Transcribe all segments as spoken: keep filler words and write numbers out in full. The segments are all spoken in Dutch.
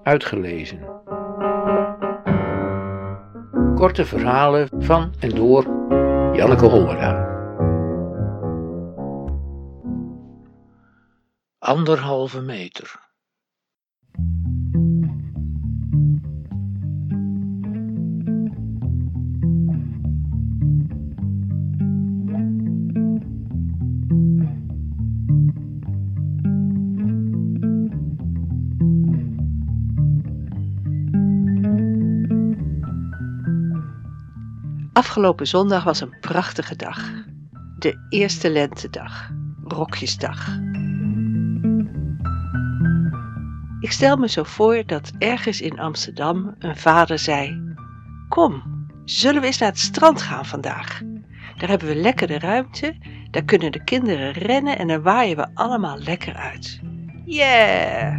Uitgelezen. Korte verhalen van en door Janneke Hollera. Anderhalve meter. Afgelopen zondag was een prachtige dag. De eerste lentedag, Rokjesdag. Ik stel me zo voor dat ergens in Amsterdam een vader zei: "Kom, zullen we eens naar het strand gaan vandaag? Daar hebben we lekker de ruimte, daar kunnen de kinderen rennen en dan waaien we allemaal lekker uit. Yeah!"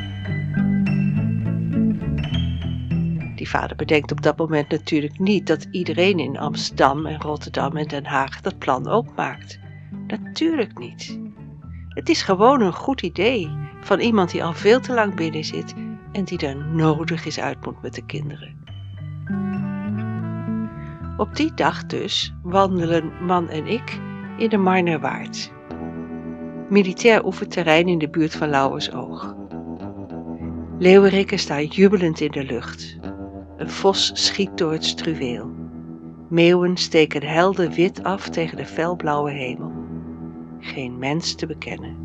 Die vader bedenkt op dat moment natuurlijk niet dat iedereen in Amsterdam en Rotterdam en Den Haag dat plan ook maakt. Natuurlijk niet. Het is gewoon een goed idee van iemand die al veel te lang binnen zit en die er nodig is uit moet met de kinderen. Op die dag dus wandelen man en ik in de Marnewaard. Militair oefenterrein in de buurt van Lauwersoog. Leeuweriken staan jubelend in de lucht. Een vos schiet door het struweel. Meeuwen steken helder wit af tegen de felblauwe hemel. Geen mens te bekennen.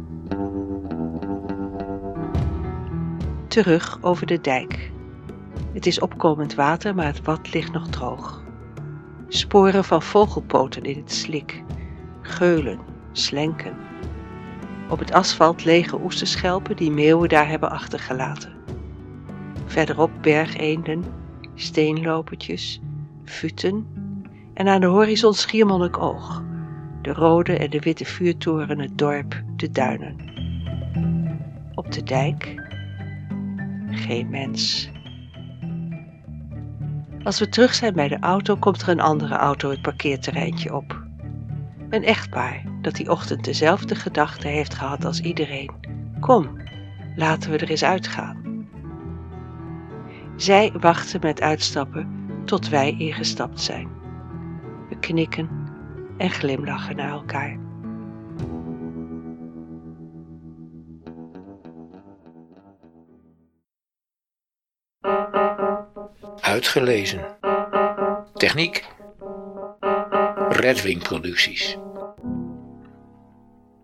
Terug over de dijk. Het is opkomend water, maar het wad ligt nog droog. Sporen van vogelpoten in het slik. Geulen, slenken. Op het asfalt lege oesterschelpen die meeuwen daar hebben achtergelaten. Verderop bergeenden, steenlopertjes, futen en aan de horizon Schiermonnikoog, de rode en de witte vuurtoren, het dorp, de duinen. Op de dijk geen mens. Als we terug zijn bij de auto, komt er een andere auto het parkeerterreintje op. Een echtpaar dat die ochtend dezelfde gedachte heeft gehad als iedereen. Kom, laten we er eens uitgaan. Zij wachten met uitstappen tot wij ingestapt zijn. We knikken en glimlachen naar elkaar. Uitgelezen. Techniek Redwing Producties.